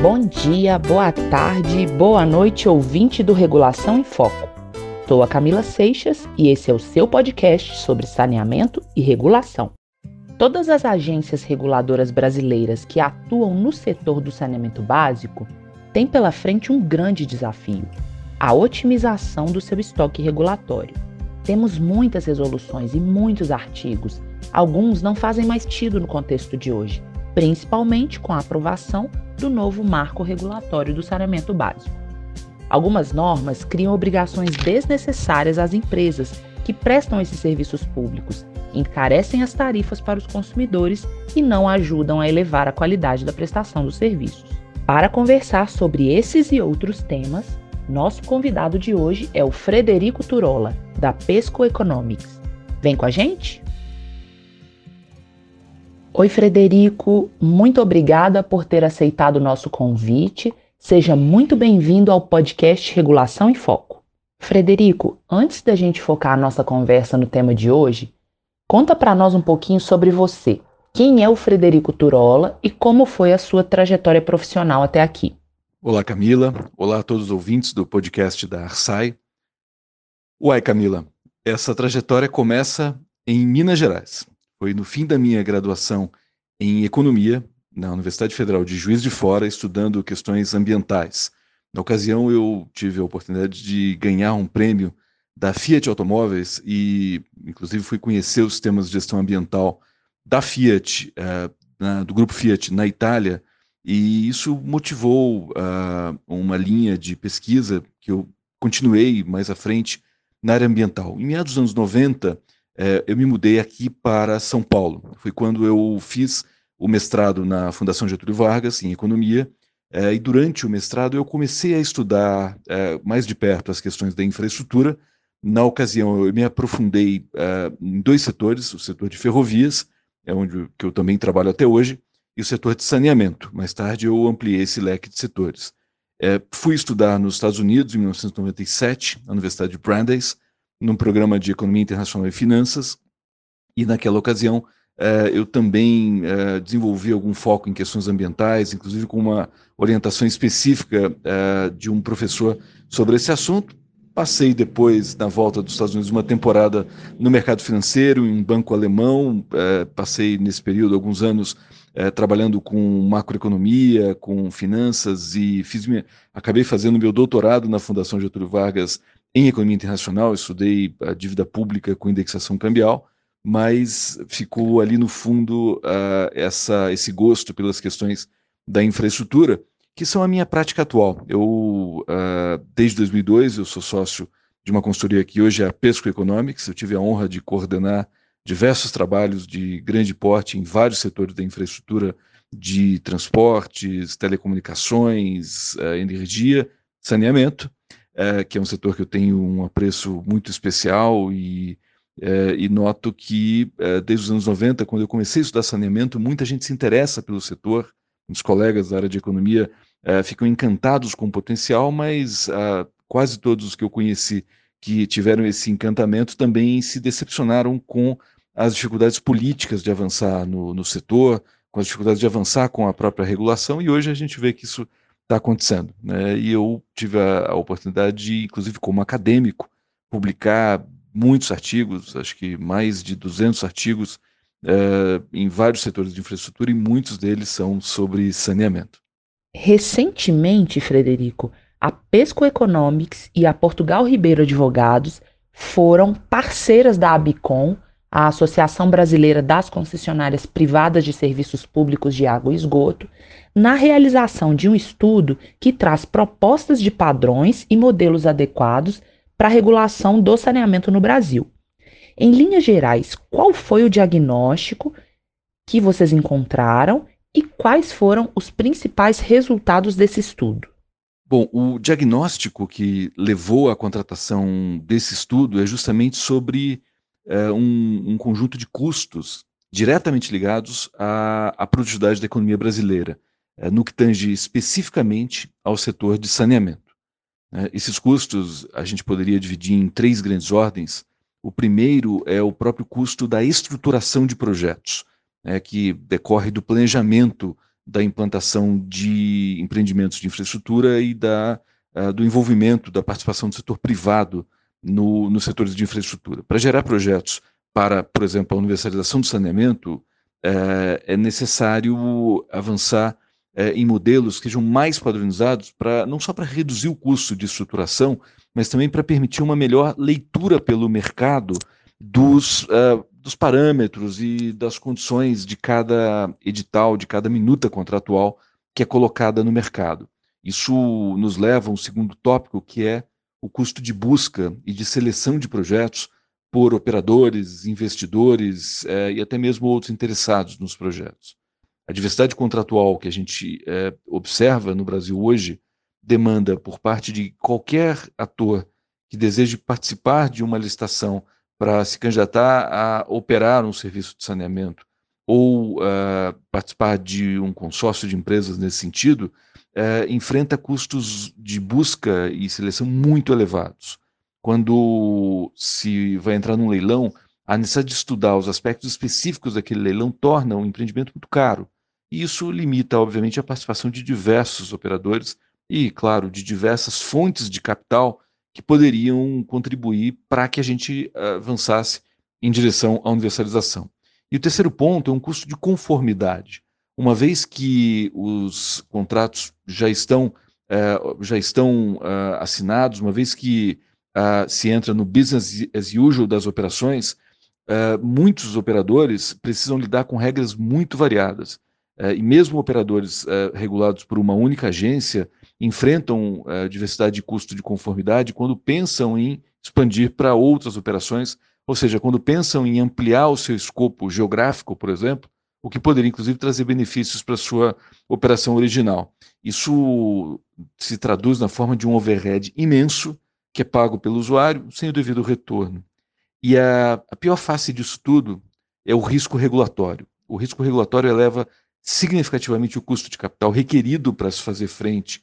Bom dia, boa tarde, boa noite, ouvinte do Regulação em Foco. Sou a Camila Seixas e esse é o seu podcast sobre saneamento e regulação. Todas as agências reguladoras brasileiras que atuam no setor do saneamento básico têm pela frente um grande desafio: a otimização do seu estoque regulatório. Temos muitas resoluções e muitos artigos. Alguns não fazem mais sentido no contexto de hoje, principalmente com a aprovação do novo marco regulatório do saneamento básico. Algumas normas criam obrigações desnecessárias às empresas que prestam esses serviços públicos, encarecem as tarifas para os consumidores e não ajudam a elevar a qualidade da prestação dos serviços. Para conversar sobre esses e outros temas, nosso convidado de hoje é o Frederico Turola, da Pesco Economics. Vem com a gente? Oi, Frederico, muito obrigada por ter aceitado o nosso convite. Seja muito bem-vindo ao podcast Regulação em Foco. Frederico, antes da gente focar a nossa conversa no tema de hoje, conta para nós um pouquinho sobre você. Quem é o Frederico Turola e como foi a sua trajetória profissional até aqui? Olá, Camila. Olá a todos os ouvintes do podcast da Arsai. Uai, Camila, essa trajetória começa em Minas Gerais. Foi no fim da minha graduação em Economia, na Universidade Federal de Juiz de Fora, estudando questões ambientais. Na ocasião, eu tive a oportunidade de ganhar um prêmio da Fiat Automóveis e, inclusive, fui conhecer os sistemas de gestão ambiental da Fiat, do grupo Fiat, na Itália, e isso motivou uma linha de pesquisa que eu continuei mais à frente na área ambiental. Em meados dos anos 90, eu me mudei aqui para São Paulo. Foi quando eu fiz o mestrado na Fundação Getúlio Vargas, em Economia, e durante o mestrado eu comecei a estudar mais de perto as questões da infraestrutura. Na ocasião, eu me aprofundei em dois setores: o setor de ferrovias, onde que eu também trabalho até hoje, e o setor de saneamento. Mais tarde eu ampliei esse leque de setores. Fui estudar nos Estados Unidos, em 1997, na Universidade de Brandeis, num programa de Economia Internacional e Finanças, e naquela ocasião eu também desenvolvi algum foco em questões ambientais, inclusive com uma orientação específica de um professor sobre esse assunto. Passei depois, na volta dos Estados Unidos, uma temporada no mercado financeiro, em um banco alemão. Passei nesse período alguns anos trabalhando com macroeconomia, com finanças, e acabei fazendo meu doutorado na Fundação Getúlio Vargas em Economia Internacional. Estudei a dívida pública com indexação cambial, mas ficou ali no fundo esse gosto pelas questões da infraestrutura, que são a minha prática atual. Desde 2002, eu sou sócio de uma consultoria que hoje é a Pesco Economics. Eu tive a honra de coordenar diversos trabalhos de grande porte em vários setores da infraestrutura de transportes, telecomunicações, energia, saneamento, que é um setor que eu tenho um apreço muito especial, e noto que desde os anos 90, quando eu comecei a estudar saneamento, muita gente se interessa pelo setor. Os colegas da área de economia ficam encantados com o potencial, mas quase todos os que eu conheci que tiveram esse encantamento também se decepcionaram com as dificuldades políticas de avançar no setor, com as dificuldades de avançar com a própria regulação, e hoje a gente vê que isso está acontecendo, né? E eu tive a oportunidade de, inclusive como acadêmico, publicar muitos artigos, acho que mais de 200 artigos, em vários setores de infraestrutura, e muitos deles são sobre saneamento. Recentemente, Frederico, a Pesco Economics e a Portugal Ribeiro Advogados foram parceiras da ABICOM, a Associação Brasileira das Concessionárias Privadas de Serviços Públicos de Água e Esgoto, na realização de um estudo que traz propostas de padrões e modelos adequados para a regulação do saneamento no Brasil. Em linhas gerais, qual foi o diagnóstico que vocês encontraram e quais foram os principais resultados desse estudo? Bom, o diagnóstico que levou à contratação desse estudo é justamente sobre um conjunto de custos diretamente ligados à produtividade da economia brasileira, no que tange especificamente ao setor de saneamento. Esses custos a gente poderia dividir em três grandes ordens. O primeiro é o próprio custo da estruturação de projetos, que decorre do planejamento da implantação de empreendimentos de infraestrutura e do envolvimento, da participação do setor privado nos setores de infraestrutura. Para gerar projetos para, por exemplo, a universalização do saneamento, é necessário avançar em modelos que sejam mais padronizados, não só para reduzir o custo de estruturação, mas também para permitir uma melhor leitura pelo mercado dos parâmetros e das condições de cada edital, de cada minuta contratual que é colocada no mercado. Isso nos leva a um segundo tópico, que é o custo de busca e de seleção de projetos por operadores, investidores e até mesmo outros interessados nos projetos. A diversidade contratual que a gente observa no Brasil hoje demanda, por parte de qualquer ator que deseje participar de uma licitação para se candidatar a operar um serviço de saneamento ou participar de um consórcio de empresas nesse sentido, enfrenta custos de busca e seleção muito elevados. Quando se vai entrar num leilão, a necessidade de estudar os aspectos específicos daquele leilão torna um empreendimento muito caro. E isso limita, obviamente, a participação de diversos operadores e, claro, de diversas fontes de capital que poderiam contribuir para que a gente avançasse em direção à universalização. E o terceiro ponto é um custo de conformidade. Uma vez que os contratos já estão assinados, uma vez que se entra no business as usual das operações, muitos operadores precisam lidar com regras muito variadas. E mesmo operadores regulados por uma única agência enfrentam diversidade de custo de conformidade quando pensam em expandir para outras operações, ou seja, quando pensam em ampliar o seu escopo geográfico, por exemplo, o que poderia, inclusive, trazer benefícios para a sua operação original. Isso se traduz na forma de um overhead imenso que é pago pelo usuário sem o devido retorno. E a pior face disso tudo é o risco regulatório. O risco regulatório eleva significativamente o custo de capital requerido para se fazer frente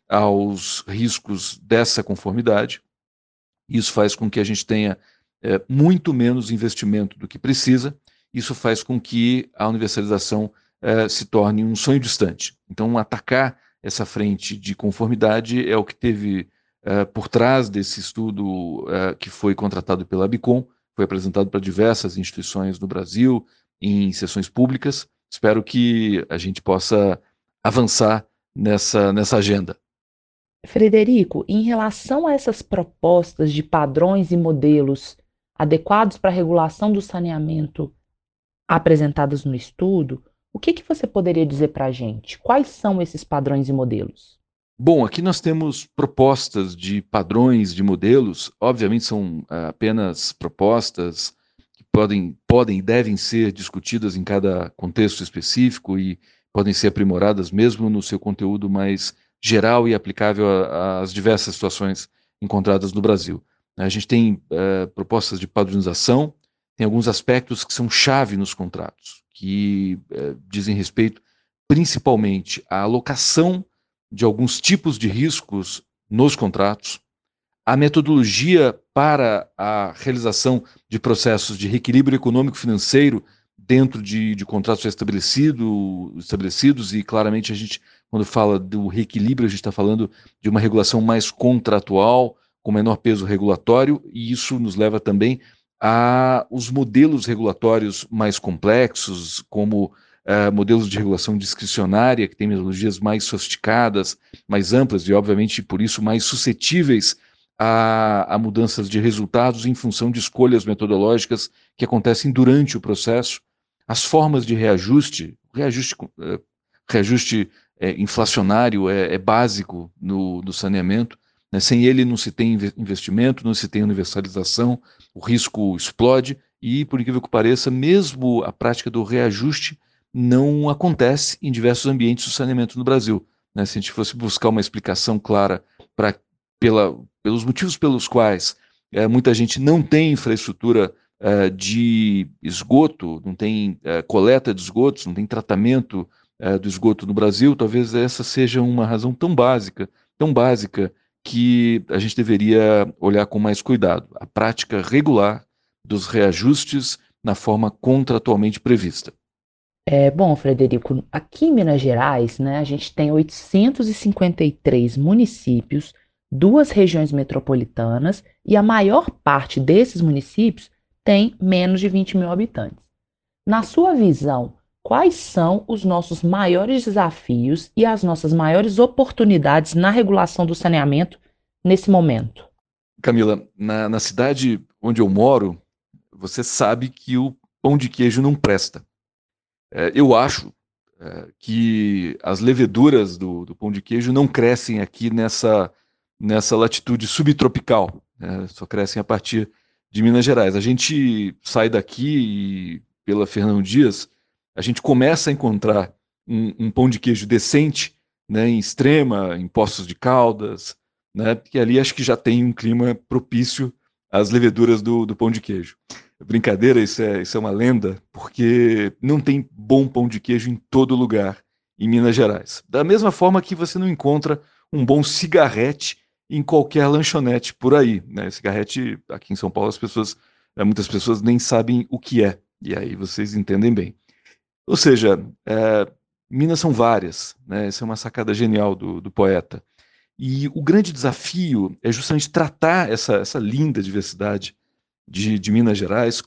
aos riscos dessa conformidade. Isso faz com que a gente tenha muito menos investimento do que precisa. Isso faz com que a universalização se torne um sonho distante. Então, atacar essa frente de conformidade é o que teve por trás desse estudo que foi contratado pela Abicom, foi apresentado para diversas instituições do Brasil, em sessões públicas. Espero que a gente possa avançar nessa agenda. Frederico, em relação a essas propostas de padrões e modelos adequados para a regulação do saneamento apresentadas no estudo, o que você poderia dizer para a gente? Quais são esses padrões e modelos? Bom, aqui nós temos propostas de padrões, de modelos. Obviamente são apenas propostas que podem e devem ser discutidas em cada contexto específico e podem ser aprimoradas mesmo no seu conteúdo mais geral e aplicável às diversas situações encontradas no Brasil. A gente tem propostas de padronização, tem alguns aspectos que são chave nos contratos, que dizem respeito principalmente à alocação de alguns tipos de riscos nos contratos, a metodologia para a realização de processos de reequilíbrio econômico-financeiro dentro de contratos já estabelecidos, e claramente a gente, quando fala do reequilíbrio, a gente está falando de uma regulação mais contratual, com menor peso regulatório, e isso nos leva também a os modelos regulatórios mais complexos, como modelos de regulação discricionária, que tem metodologias mais sofisticadas, mais amplas e, obviamente, por isso, mais suscetíveis a mudanças de resultados em função de escolhas metodológicas que acontecem durante o processo. As formas de reajuste inflacionário é básico no saneamento, né? Sem ele não se tem investimento, não se tem universalização, o risco explode e, por incrível que pareça, mesmo a prática do reajuste não acontece em diversos ambientes do saneamento no Brasil, né? Se a gente fosse buscar uma explicação clara pelos motivos pelos quais muita gente não tem infraestrutura de esgoto, não tem coleta de esgotos, não tem tratamento do esgoto no Brasil, talvez essa seja uma razão tão básica, que a gente deveria olhar com mais cuidado. A prática regular dos reajustes na forma contratualmente prevista. Bom, Frederico, aqui em Minas Gerais, né, a gente tem 853 municípios, duas regiões metropolitanas, e a maior parte desses municípios tem menos de 20 mil habitantes. Na sua visão, quais são os nossos maiores desafios e as nossas maiores oportunidades na regulação do saneamento nesse momento? Camila, na cidade onde eu moro, você sabe que o pão de queijo não presta. Eu acho que as leveduras do pão de queijo não crescem aqui nessa latitude subtropical, né? Só crescem a partir de Minas Gerais. A gente sai daqui e, pela Fernão Dias, a gente começa a encontrar um pão de queijo decente, né, em Extrema, em Poços de Caldas, né, que ali acho que já tem um clima propício às leveduras do pão de queijo. Brincadeira, isso é uma lenda, porque não tem bom pão de queijo em todo lugar em Minas Gerais. Da mesma forma que você não encontra um bom cigarrete em qualquer lanchonete por aí, né? Cigarrete, aqui em São Paulo, muitas pessoas nem sabem o que é, e aí vocês entendem bem. Ou seja, Minas são várias, né? Essa é uma sacada genial do poeta. E o grande desafio é justamente tratar essa linda diversidade de Minas Gerais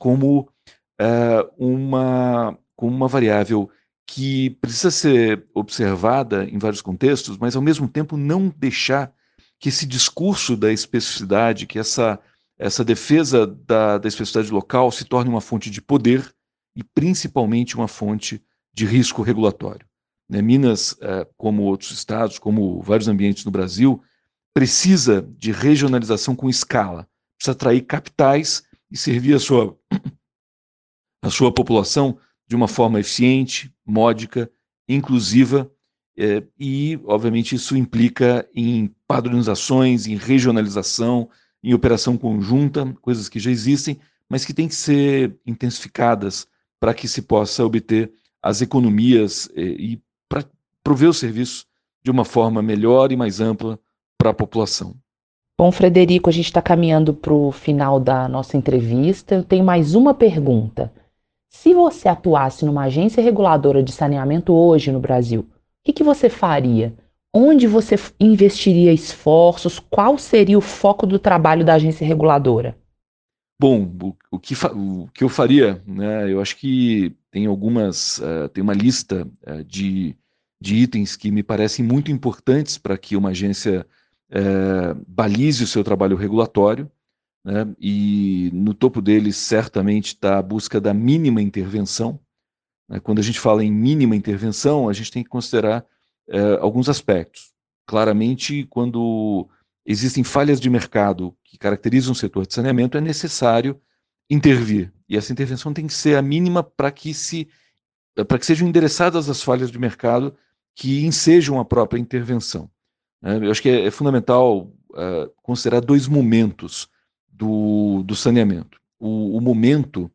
como uma variável que precisa ser observada em vários contextos, mas ao mesmo tempo não deixar que esse discurso da especificidade, que essa defesa da especificidade local se torne uma fonte de poder e principalmente uma fonte de risco regulatório. Né? Minas, como outros estados, como vários ambientes no Brasil, precisa de regionalização com escala, precisa atrair capitais e servir a sua população de uma forma eficiente, módica, inclusiva, e, obviamente, isso implica em padronizações, em regionalização, em operação conjunta, coisas que já existem, mas que têm que ser intensificadas para que se possa obter as economias e para prover o serviço de uma forma melhor e mais ampla para a população. Bom, Frederico, a gente está caminhando para o final da nossa entrevista. Eu tenho mais uma pergunta. Se você atuasse numa agência reguladora de saneamento hoje no Brasil, o que você faria? Onde você investiria esforços? Qual seria o foco do trabalho da agência reguladora? Bom, o que eu faria, né? Eu acho que tem uma lista de itens que me parecem muito importantes para que uma agência balize o seu trabalho regulatório, né? E no topo deles certamente está a busca da mínima intervenção, né? Quando a gente fala em mínima intervenção, a gente tem que considerar alguns aspectos. Claramente, quando existem falhas de mercado que caracterizam o setor de saneamento, é necessário intervir. E essa intervenção tem que ser a mínima para que sejam endereçadas as falhas de mercado que ensejam a própria intervenção. Eu acho que é fundamental considerar dois momentos do saneamento. O momento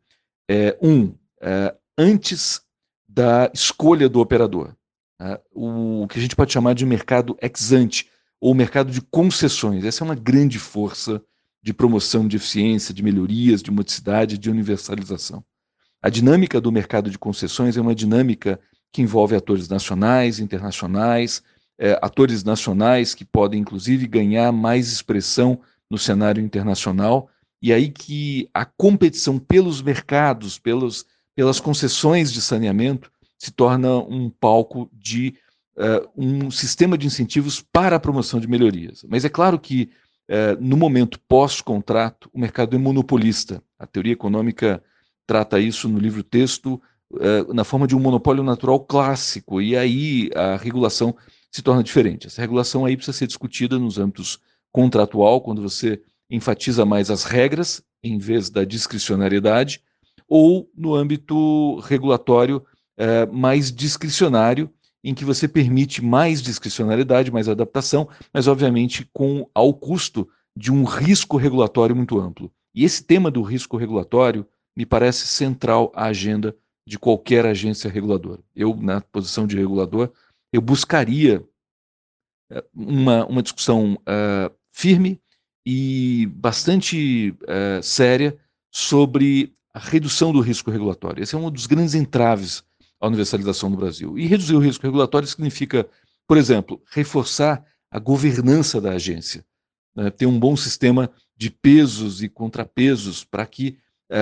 antes da escolha do operador, né? O que a gente pode chamar de mercado ex ante, ou mercado de concessões. Essa é uma grande força de promoção de eficiência, de melhorias, de modicidade, de universalização. A dinâmica do mercado de concessões é uma dinâmica que envolve atores nacionais, internacionais, atores nacionais que podem, inclusive, ganhar mais expressão no cenário internacional, e aí que a competição pelos mercados, pelas concessões de saneamento, se torna um palco de um sistema de incentivos para a promoção de melhorias. Mas é claro que, no momento pós-contrato, o mercado é monopolista. A teoria econômica trata isso no livro-texto na forma de um monopólio natural clássico, e aí a regulação se torna diferente. Essa regulação aí precisa ser discutida nos âmbitos contratual, quando você enfatiza mais as regras em vez da discricionariedade, ou no âmbito regulatório mais discricionário, em que você permite mais discricionariedade, mais adaptação, mas obviamente ao custo de um risco regulatório muito amplo. E esse tema do risco regulatório me parece central à agenda de qualquer agência reguladora. Eu, na posição de regulador, eu buscaria uma discussão firme e bastante séria sobre a redução do risco regulatório. Esse é um dos grandes entraves à universalização no Brasil. E reduzir o risco regulatório significa, por exemplo, reforçar a governança da agência, né? Ter um bom sistema de pesos e contrapesos para que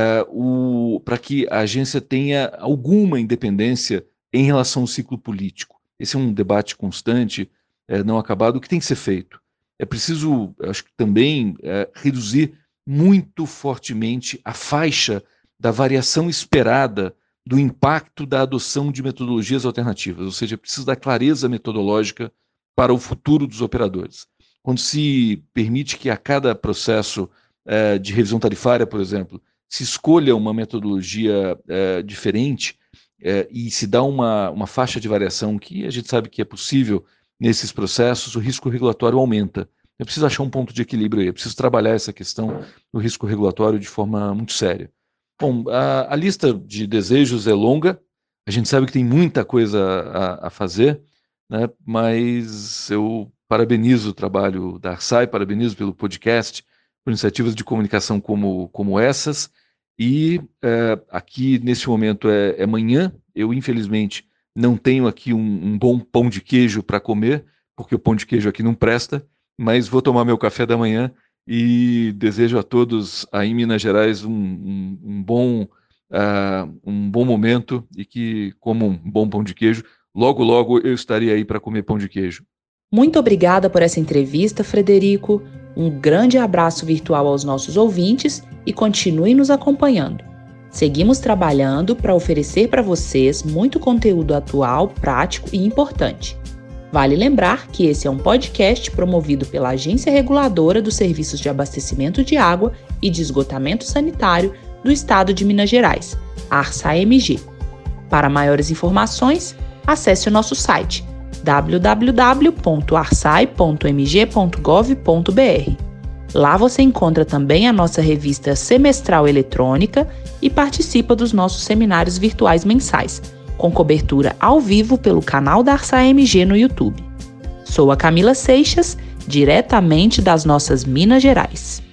a agência tenha alguma independência em relação ao ciclo político. Esse é um debate constante, não acabado, o que tem que ser feito. É preciso, acho que também, reduzir muito fortemente a faixa da variação esperada do impacto da adoção de metodologias alternativas, ou seja, é preciso dar clareza metodológica para o futuro dos operadores. Quando se permite que a cada processo de revisão tarifária, por exemplo, se escolha uma metodologia diferente e se dá uma faixa de variação que a gente sabe que é possível nesses processos, o risco regulatório aumenta. É preciso achar um ponto de equilíbrio aí, é preciso trabalhar essa questão do risco regulatório de forma muito séria. Bom, a lista de desejos é longa, a gente sabe que tem muita coisa a fazer, né? Mas eu parabenizo o trabalho da Arsai, parabenizo pelo podcast, por iniciativas de comunicação como essas, e aqui nesse momento é manhã, eu infelizmente não tenho aqui um bom pão de queijo para comer, porque o pão de queijo aqui não presta, mas vou tomar meu café da manhã e desejo a todos aí em Minas Gerais um bom momento e que comam um bom pão de queijo. Logo, logo eu estarei aí para comer pão de queijo. Muito obrigada por essa entrevista, Frederico. Um grande abraço virtual aos nossos ouvintes e continue nos acompanhando. Seguimos trabalhando para oferecer para vocês muito conteúdo atual, prático e importante. Vale lembrar que esse é um podcast promovido pela Agência Reguladora dos Serviços de Abastecimento de Água e de Esgotamento Sanitário do Estado de Minas Gerais, a Arsai-MG. Para maiores informações, acesse o nosso site www.arsai.mg.gov.br. Lá você encontra também a nossa revista semestral eletrônica e participa dos nossos seminários virtuais mensais, com cobertura ao vivo pelo canal da Arsai-MG no YouTube. Sou a Camila Seixas, diretamente das nossas Minas Gerais.